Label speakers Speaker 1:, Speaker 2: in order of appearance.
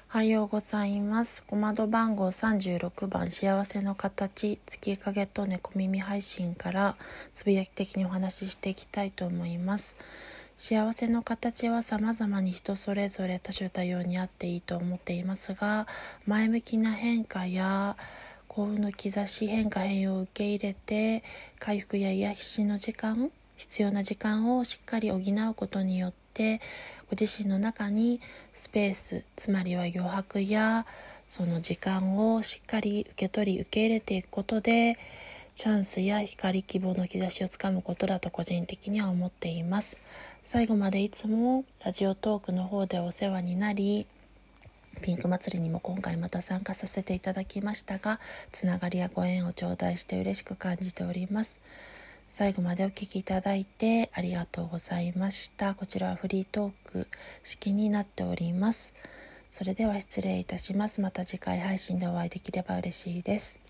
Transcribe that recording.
Speaker 1: おはようございます。小窓番号36番幸せの形月影と猫耳配信からつぶやき的にお話ししていきたいと思います。幸せの形は様々に人それぞれ多種多様にあっていいと思っていますが、前向きな変化や幸運の兆し、変化変容を受け入れて回復や癒しの時間、必要な時間をしっかり補うことによってご自身の中にスペース、つまりは余白やその時間をしっかり受け取り受け入れていくことでチャンスや光希望の兆しをつかむことだと個人的には思っています。最後までいつもラジオトークの方でお世話になり、ピンク祭りにも今回また参加させていただきましたが、つながりやご縁を頂戴して嬉しく感じております。最後までお聞きいただいてありがとうございました。こちらはフリートーク式になっております。それでは失礼いたします。また次回配信でお会いできれば嬉しいです。